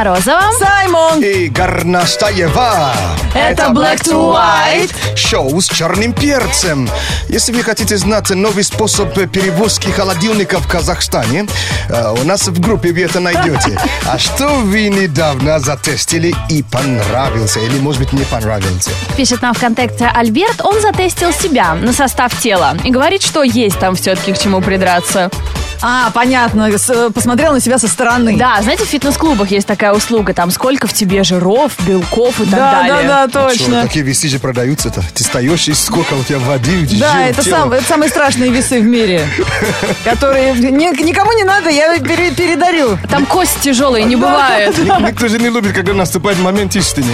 Морозова, Саймон и Горностаева. Это Black to White. Шоу с черным перцем. Если вы хотите знать новый способ перевозки холодильника в Казахстане, у нас в группе вы это найдете. А что вы недавно затестили и понравился, или, может быть, не понравился? пишет нам ВКонтакте Альберт. Он затестил себя на состав тела и говорит, что есть там все-таки к чему придраться. Понятно, посмотрел на себя со стороны. Да, знаете, в фитнес-клубах есть такая услуга, там сколько в тебе жиров, белков и так далее. Да, Что, точно. такие весы же продаются-то? Ты стоишь, и сколько у тебя воды, Да, жир, это тело. самые страшные весы в мире, которые никому не надо, я передарю. Там кость тяжелые не бывает. Никто же не любит, когда наступает момент истины.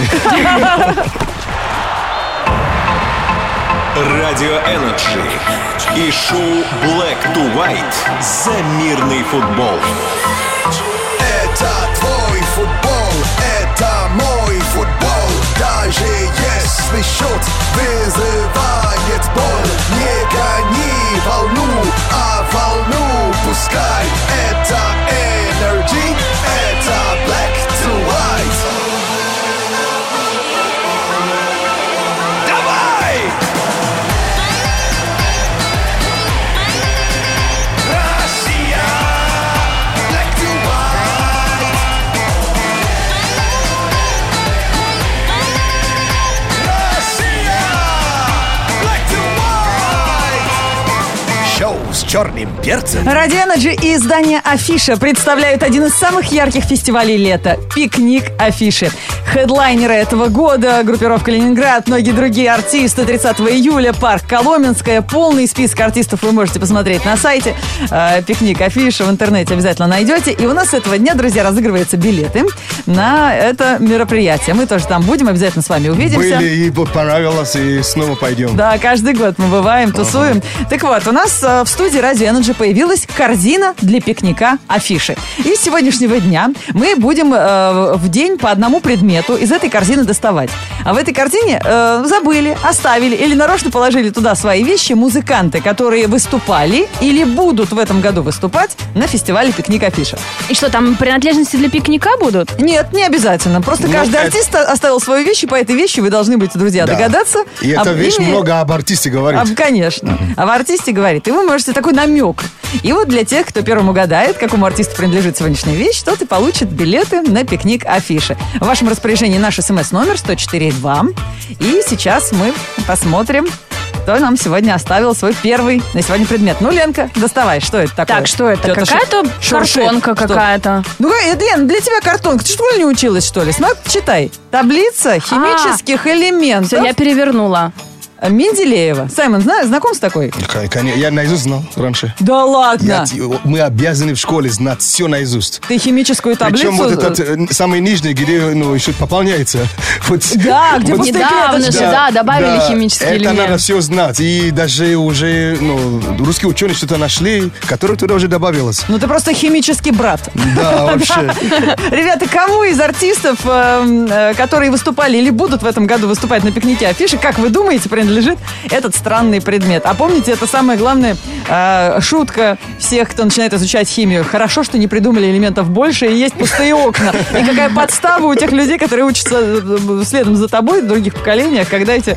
Радио Энерджи и шоу Black to White за мирный футбол. Это твой футбол, это мой футбол. Даже если счет вызывает боль, не гони волну, а волну пускай. Это Energy, это Black to White. Давай! Россия! Black to White. Россия! Black to White. Шоу с черным перцем. Ради Energy и издание Афиша представляют один из самых ярких фестивалей лета – «Пикник Афиши». Хедлайнеры этого года, группировка «Ленинград», многие другие артисты. 30 июля, парк Коломенское. Полный список артистов вы можете посмотреть на сайте. «Пикник Афиша» в интернете обязательно найдете. И у нас с этого дня, друзья, разыгрываются билеты на это мероприятие. Мы тоже там будем, обязательно с вами увидимся. Были и понравилось, и снова пойдем. Да, каждый год мы бываем, тусуем. Так вот, у нас в студии Радио Energy появилась корзина для пикника Афиши. И с сегодняшнего дня мы будем в день по одному предмету из этой корзины доставать. А в этой корзине забыли, оставили или нарочно положили туда свои вещи музыканты, которые выступали или будут в этом году выступать на фестивале «Пикник Афиша». И что, там принадлежности для пикника будут? Нет, не обязательно. Просто каждый артист оставил свою вещь, и по этой вещи вы должны будете, друзья, Да. догадаться. И эта вещь много об артисте говорит. Конечно. Об артисте говорит. И вы можете такой намек. И вот для тех, кто первым угадает, какому артисту принадлежит сегодняшняя вещь, тот и получит билеты на «Пикник Афиши». В вашем распоряжении наш СМС-номер 104.2. И сейчас мы посмотрим, кто нам сегодня оставил свой первый на сегодня предмет. Ну, Ленка, доставай, что это такое? Так, что это? Что-то Какая-то шуршит. картонка Что? какая-то. Ну, это, Лен, для тебя картонка. Ты в школе не училась, что ли? Смотри, читай. Таблица химических элементов Все, я перевернула. Менделеева. Саймон, знаком с такой? Конечно, я наизусть знал раньше. Да ладно. Мы обязаны в школе знать все наизусть. Ты химическую таблицу... Причем вот этот самый нижний, где еще пополняется. Вот, Да, где вот пустые Недавно клеточки. же, да, добавили химический это элемент. надо все знать. И даже уже русские ученые что-то нашли, которое туда уже добавилось. Ну, ты просто химический брат. Да, вообще. Ребята, кому из артистов, которые выступали или будут в этом году выступать на «Пикнике Афиши», как вы думаете, принадлежит этот странный предмет? А помните, это самая главная шутка всех, кто начинает изучать химию. Хорошо, что не придумали элементов больше, и есть пустые окна. И какая подстава у тех людей, которые учатся следом за тобой в других поколениях, когда эти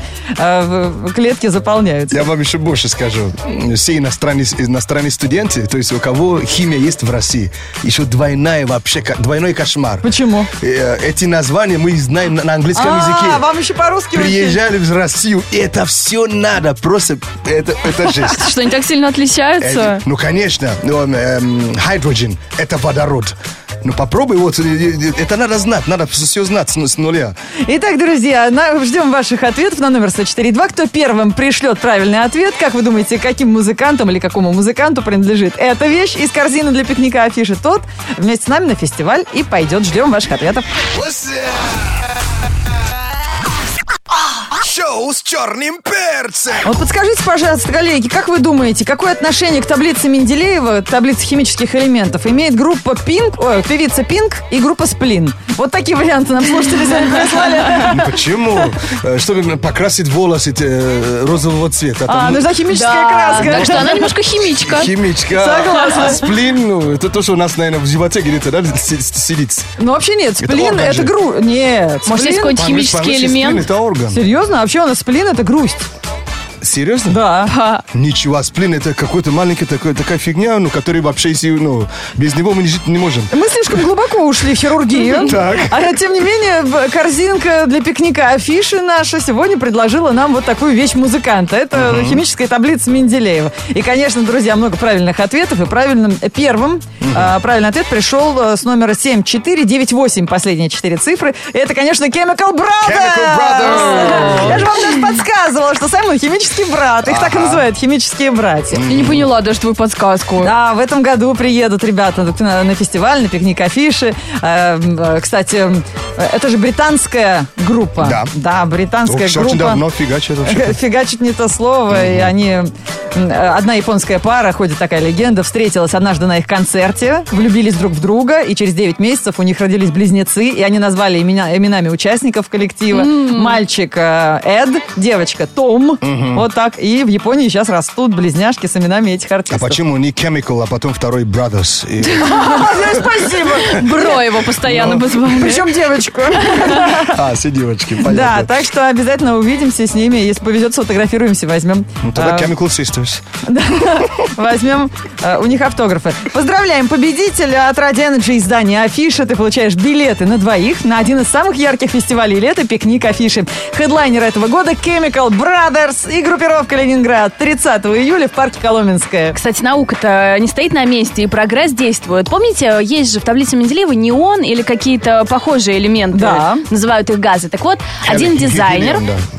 клетки заполняются. Я вам еще больше скажу. Все иностранные студенты, то есть у кого химия есть в России, еще двойной кошмар. Почему? Эти названия мы знаем на английском языке. Вам еще по-русски учить? Приезжали в Россию, и это все надо. Просто это жесть. Что, они так сильно отличаются? Ну, конечно. Hydrogen – это водород. Ну, попробуй, вот, это надо знать, надо все знать с нуля. Итак, друзья, ждем ваших ответов на номер 104.2. Кто первым пришлет правильный ответ, как вы думаете, каким музыкантом или какому музыканту принадлежит эта вещь из корзины для «Пикника Афиши», тот вместе с нами на фестиваль и пойдет. Ждем ваших ответов. Шоу с черным перцем. Вот подскажите, пожалуйста, коллеги, как вы думаете, какое отношение к таблице Менделеева, таблице химических элементов, имеет группа певица Пинк и группа Сплин? Вот такие варианты нам слушатели сами прислали. Почему? Чтобы покрасить волосы розового цвета. Нужна химическая краска. Так что она немножко химичка. Химичка. Согласна. А сплин, это то, что у нас, наверное, в животе где-то, да, сидит. Ну, вообще нет, сплин орган это же. Нет. Может, есть какой-нибудь химический По-английски элемент? сплин это орган. Серьезно? А вообще у нас сплин это грусть. Серьезно? Да. Ничего, сплин это какой-то маленький такая фигня, которая вообще, если, без него мы жить не можем. Мы слишком глубоко ушли в хирургию. Так. А тем не менее, корзинка для пикника афиши наша сегодня предложила нам вот такую вещь музыканта. Это химическая таблица Менделеева. И, конечно, друзья, много правильных ответов. И первым правильный ответ пришел с номера 7498, последние 4 цифры. И это, конечно, Chemical Brothers. Chemical Brothers. Я же вам даже подсказывала, что Саймон химический брат. Их так и называют, химические братья. Я не поняла даже твою подсказку. Да, в этом году приедут ребята на фестиваль, на пикник афиши. Кстати, это же британская группа. Да. Да, британская Очень группа. давно фигачит вообще. Фигачит не то слово. И они... Одна японская пара, ходит такая легенда, встретилась однажды на их концерте, влюбились друг в друга, и через 9 месяцев у них родились близнецы, и они назвали именами участников коллектива. Мальчик Эд, девочка Том. Вот так. И в Японии сейчас растут близняшки с именами этих А артистов. почему не Chemical, а потом второй Brothers? Спасибо. Бро его постоянно позвали. Причем девочку. Все девочки, Да, понятно. так что обязательно увидимся с ними. Если повезет, сфотографируемся, возьмем. Тогда Chemical Sisters. Возьмем у них автографы. Поздравляем победителя от Radio Energy издания Афиша. Ты получаешь билеты на двоих на один из самых ярких фестивалей лета — пикник Афиши. Хедлайнер этого года Chemical Brothers и группировка Ленинград 30 июля в парке Коломенское. Кстати, наука-то не стоит на месте, и прогресс действует. Помните, есть же в таблице Менделеева неон или какие-то похожие элементы, Да. называют их газы. Так вот, один дизайнер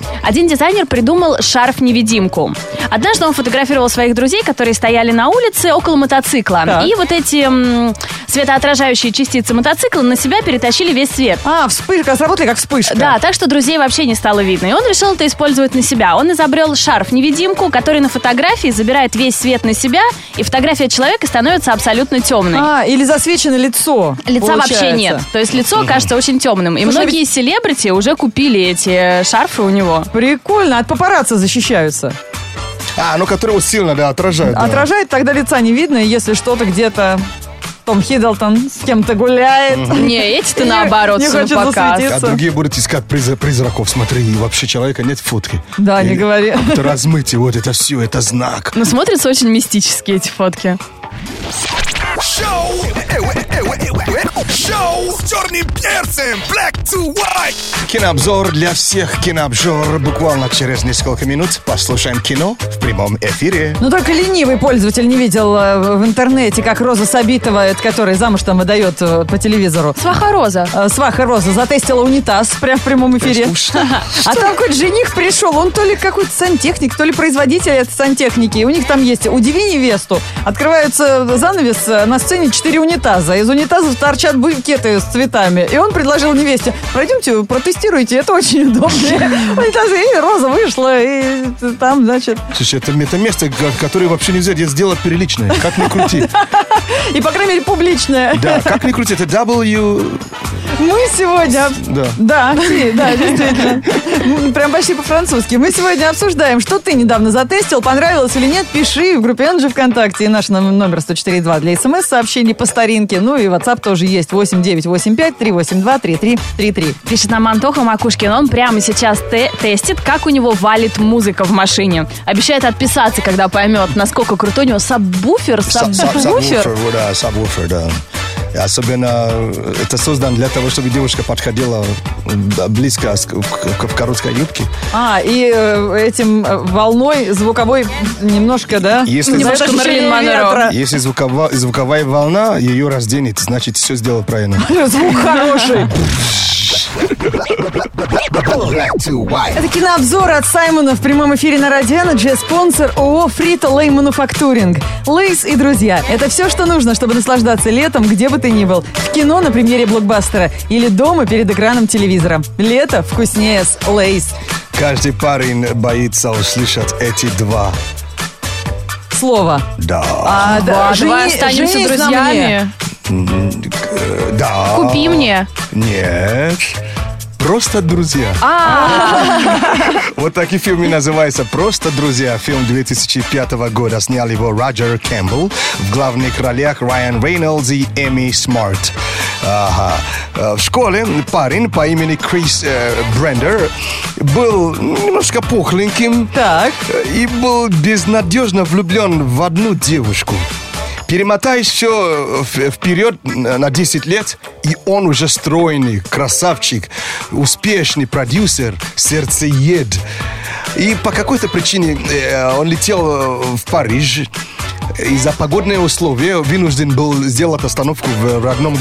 придумал шарф-невидимку. Однажды он фотографировал своих друзей, которые стояли на улице около мотоцикла. Так. И вот эти светоотражающие частицы мотоцикла на себя перетащили весь свет. Вспышка, сработали как вспышка. Да, так что друзей вообще не стало видно. И он решил это использовать на себя. Он изобрел шарф-невидимку, который на фотографии забирает весь свет на себя, и фотография человека становится абсолютно темной. Или засвечено лицо. Лица вообще получается. нет. То есть лицо кажется очень темным. И Слушай, многие селебрити уже купили эти шарфы у него. Прикольно, от папарацци защищаются. Которого сильно, отражают. да. Отражает, тогда лица не видно, и если что-то где-то Том Хиддлстон с кем-то гуляет. Не, эти-то наоборот не хочет показ. засветиться. А другие будут искать призраков. Смотри, и вообще человека нет в фотке. Да, не И говори. как-то размытие, вот это все, это знак. Но смотрятся очень мистически эти фотки. Шоу с черным перцем. Black to white. Кинообзор для всех, кинообзор буквально через несколько минут. Послушаем кино в прямом эфире. Но только ленивый пользователь не видел в интернете, как Роза Сабитова, это которая замуж там выдает по телевизору. Сваха Роза. Сваха Роза затестила унитаз прямо в прямом эфире. А там какой-то жених пришел, он то ли какой-то сантехник, то ли производитель этой сантехники. И у них там есть «Удиви невесту». Открывается занавес, на сцене 4 унитаза. Из унитазов торчат букеты с цветами. И он предложил невесте: пройдемте, протестируйте, это очень удобно. Унитазы, и Роза вышла, и там, значит... Слушай, это место, которое вообще нельзя сделать приличное. Как ни крути. И, по крайней мере, публичное. Да, как ни крути, это W... Мы сегодня... Да. Да, действительно. Прям почти по-французски. Мы сегодня обсуждаем, что ты недавно затестил, понравилось или нет. Пиши в группе Energy ВКонтакте. И наш номер 104.2 для смс-сообщений по старинке. Ну и WhatsApp тоже есть. 8985-382-3333. Пишет нам Антоха Макушкин. Он прямо сейчас тестит, как у него валит музыка в машине. Обещает отписаться, когда поймет, насколько крутой у него сабвуфер. Сабвуфер, да. И особенно это создан для того, чтобы девушка подходила близко в короткой юбке. И этим волной звуковой немножко, да? Если- Немножко Мерлин Монро. Если звуковая волна ее разденет, значит, все сделал правильно. Звук хороший. Это кинообзор от Саймона в прямом эфире на Radio Energy. Спонсор ООО Frito-Lay Manufacturing. Лейс и друзья. Это все, что нужно, чтобы наслаждаться летом, где бы ты ни был. В кино на премьере блокбастера или дома перед экраном телевизора. Лето вкуснее с Лейс. Каждый парень боится услышать эти два. Слово. Да. Давай останемся женись на мне. друзьями. Да. Купи мне. Нет. Просто друзья. Вот такой фильм и называется «Просто друзья». Фильм 2005 года. Снял его Роджер Кэмпбелл. В главных ролях Райан Рейнольдс и Эми Смарт. В школе парень по имени Крис Брендер был немножко пухленьким. Так. И был безнадежно влюблен в одну девушку. Перемотай еще вперед на 10 лет, и он уже стройный, красавчик, успешный продюсер, сердцеед. И по какой-то причине он летел в Париж. Из-за погодных условий вынужден был сделать остановку в родном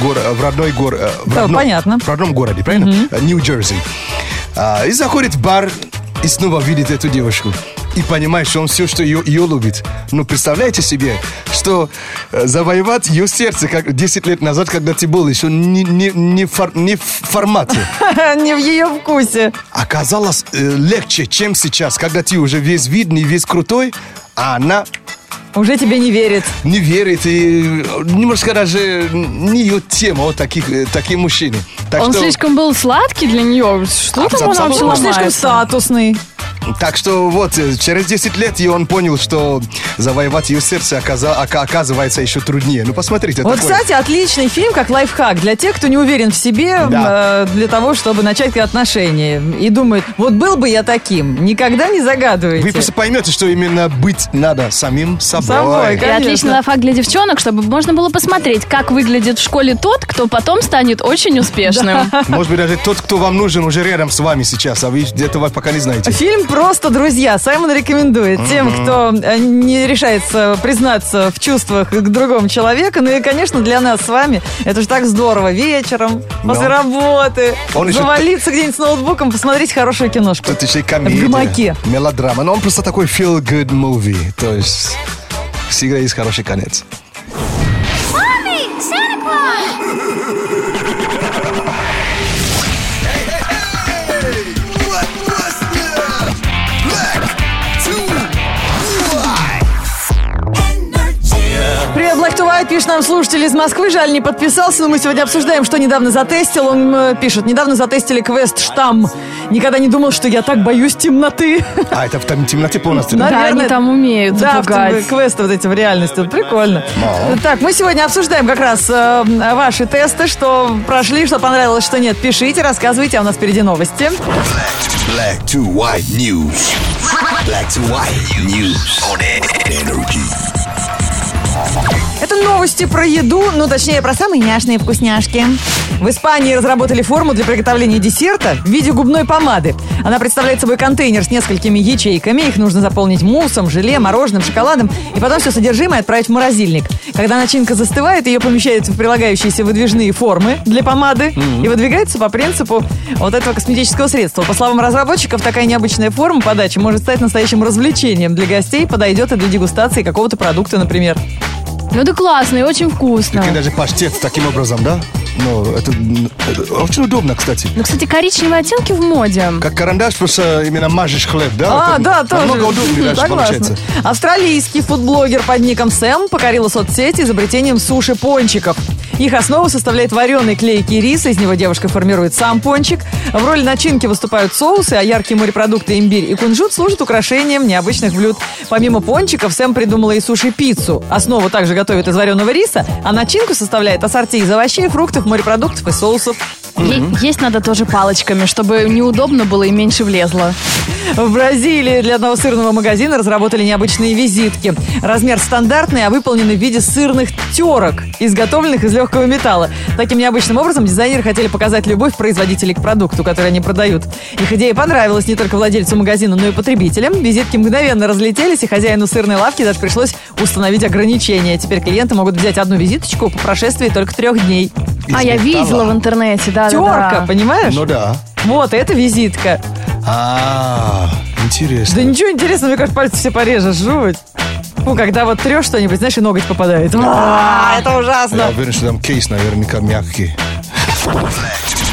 городе, правильно? Нью-Джерси. И заходит в бар и снова видит эту девушку. И понимает, что он все, что ее любит. Но представляете себе, что завоевать ее сердце, как 10 лет назад, когда ты был еще не в формате. Не в ее вкусе. Оказалось легче, чем сейчас, когда ты уже весь видный, весь крутой, а она... Уже тебе не верит. Не верит, и немножко даже не ее тема, вот такие мужчины. Так Он что, слишком был сладкий для нее. Что там он вообще Он слишком ломается? статусный. так что вот, через 10 лет и он понял, что завоевать ее сердце оказывается еще труднее. Ну, посмотрите. Вот, такое. кстати, отличный фильм, как лайфхак для тех, кто не уверен в себе, Да. для того, чтобы начать отношения. И думает, вот был бы я таким. Никогда не загадывайте. Вы просто поймете, что именно быть надо самим собой. И Конечно. отличный лайфхак для девчонок, чтобы можно было посмотреть, как выглядит в школе тот, кто потом станет очень успешным. Может быть, даже тот, кто вам нужен, уже рядом с вами сейчас, а вы этого пока не знаете. Фильм «Просто друзья». Саймон рекомендует тем, кто не решается признаться в чувствах к другому человеку. Ну и, конечно, для нас с вами это же так здорово. Вечером, после работы, Он еще завалиться где-нибудь с ноутбуком, посмотреть хорошую киношку. Тут еще и В комедия, гамаке. мелодрама. Но он просто такой feel-good movie. То есть всегда есть хороший конец. Привет, Black to White, пишет нам слушатель из Москвы. Жаль, не подписался, но мы сегодня обсуждаем, что недавно затестил. Он пишет, недавно затестили квест «Штамм». Никогда не думал, что я так боюсь темноты. А, это в темноте полностью. Да, Да, наверное, они там умеют Да, запугать. квесты вот эти в реальности. Вот прикольно. Так, мы сегодня обсуждаем как раз ваши тесты, что прошли, что понравилось, что нет. Пишите, рассказывайте, а у нас впереди новости. Black to white news. Black to white news on Energy. Это новости про еду, ну точнее про самые няшные вкусняшки. В Испании разработали форму для приготовления десерта в виде губной помады. Она представляет собой контейнер с несколькими ячейками. Их нужно заполнить муссом, желе, мороженым, шоколадом и потом все содержимое отправить в морозильник. Когда начинка застывает, ее помещают в прилагающиеся выдвижные формы для помады и выдвигается по принципу вот этого косметического средства. По словам разработчиков, такая необычная форма подачи может стать настоящим развлечением для гостей, подойдет и для дегустации какого-то продукта, например. Ну да классно и очень вкусно. И даже паштет таким образом, да? Ну, это очень удобно, кстати. Ну, кстати, коричневые оттенки в моде. Как карандаш, просто именно мажешь хлеб, да? А, Это да, тоже. намного удобнее дальше Согласна. получается. Австралийский фудблогер под ником Сэм покорил соцсети изобретением суши-пончиков. Их основу составляет вареный клейкий рис, из него девушка формирует сам пончик. В роли начинки выступают соусы, а яркие морепродукты имбирь и кунжут служат украшением необычных блюд. Помимо пончиков, Сэм придумала и суши-пиццу. Основу также готовят из вареного риса, а начинку составляет ассорти из овощей, фруктов, морепродуктов и соусов. Есть надо тоже палочками, чтобы неудобно было и меньше влезло. В Бразилии для одного сырного магазина разработали необычные визитки. Размер стандартный, а выполнены в виде сырных терок, изготовленных из легкого металла. Таким необычным образом дизайнеры хотели показать любовь производителей к продукту, который они продают. Их идея понравилась не только владельцу магазина, но и потребителям. Визитки мгновенно разлетелись, и хозяину сырной лавки даже пришлось установить ограничения. Теперь клиенты могут взять одну визиточку по прошествии только 3 дней. А я видела в интернете, да. Терка, понимаешь? Ну да. Вот, это визитка. Интересно. Да ничего интересного, мне кажется, пальцы все порежешь, жуть. Ну, когда вот трешь что-нибудь, знаешь, и ноготь попадает. Это ужасно. Я уверен, что там кейс наверняка мягкий.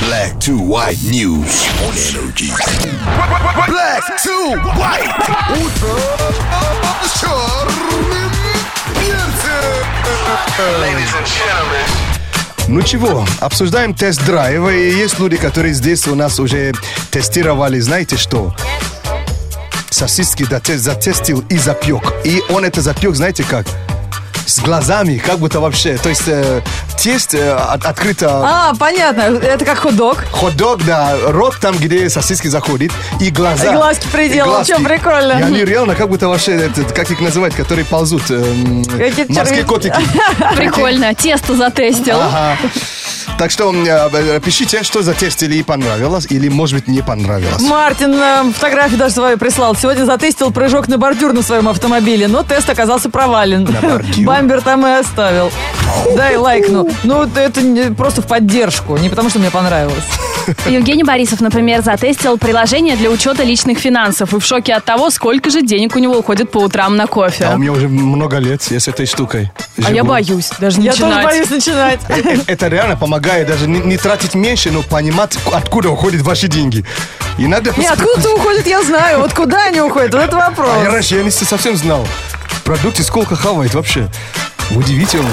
Black to White News on Energy. Black to White. Утро с черным перцем. Ladies and gentlemen. Ну чего, обсуждаем тест-драйв. И есть люди, которые здесь у нас уже тестировали, знаете что? Сосиски затестил и запек. И он это запек, знаете как? С глазами, как будто вообще. То есть тест открыто. Понятно. Это как хот-дог. Хот-дог, да. Рот там, где сосиски заходит. И глаза. И глазки приделал. Что, прикольно. И они реально как будто вообще, как их называют, которые ползут. Морские котики. Прикольно. Тесто затестил. Ага. Так что пишите, что затестили и понравилось, или, может быть, не понравилось. Мартин фотографию даже свою прислал. Сегодня затестил прыжок на бордюр на своем автомобиле, но тест оказался провален. На бордюр? Бампер там и оставил. Дай лайкну. Ну, это просто в поддержку, не потому что мне понравилось. Евгений Борисов, например, затестил приложение для учета личных финансов и в шоке от того, сколько же денег у него уходит по утрам на кофе. А у меня уже много лет я с этой штукой живу. А я боюсь даже Я начинать. тоже боюсь начинать. Это реально помогает даже не тратить меньше, но понимать, откуда уходят ваши деньги. И надо Не, откуда уходят, я знаю. Вот куда они уходят, вот это вопрос. А я раньше я не совсем знал. Продукты сколько хавает вообще. Удивительно.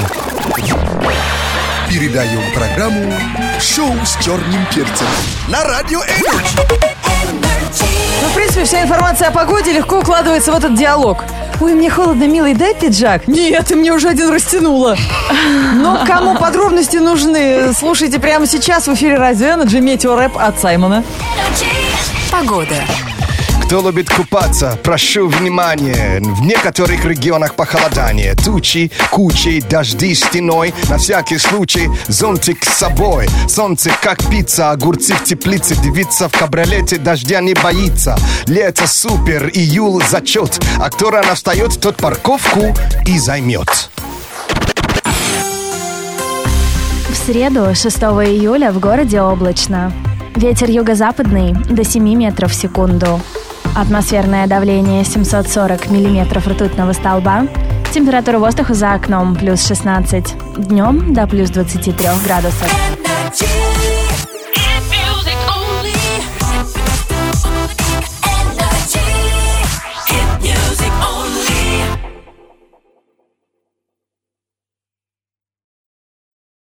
Передаем программу «Шоу с черным перцем» на радио Energy. Ну, в принципе, вся информация о погоде легко укладывается в этот диалог. Ой, мне холодно, милый, дай пиджак. Нет, ты мне уже один растянула. Но кому подробности нужны, слушайте прямо сейчас в эфире Радио Energy Метеорэп от Саймона. Погода. Кто любит купаться, прошу внимания. В некоторых регионах похолодание. Тучи, кучей, дожди стеной. На всякий случай зонтик с собой. Солнце как пицца, огурцы в теплице. Девица в кабриолете дождя не боится. Лето супер, июль зачет. А кто рано встает, тот парковку и займет. В среду, 6 июля, в городе облачно. Ветер юго-западный до 7 метров в секунду. Атмосферное давление 740 миллиметров ртутного столба. Температура воздуха за окном плюс 16. Днем до плюс 23 градусов.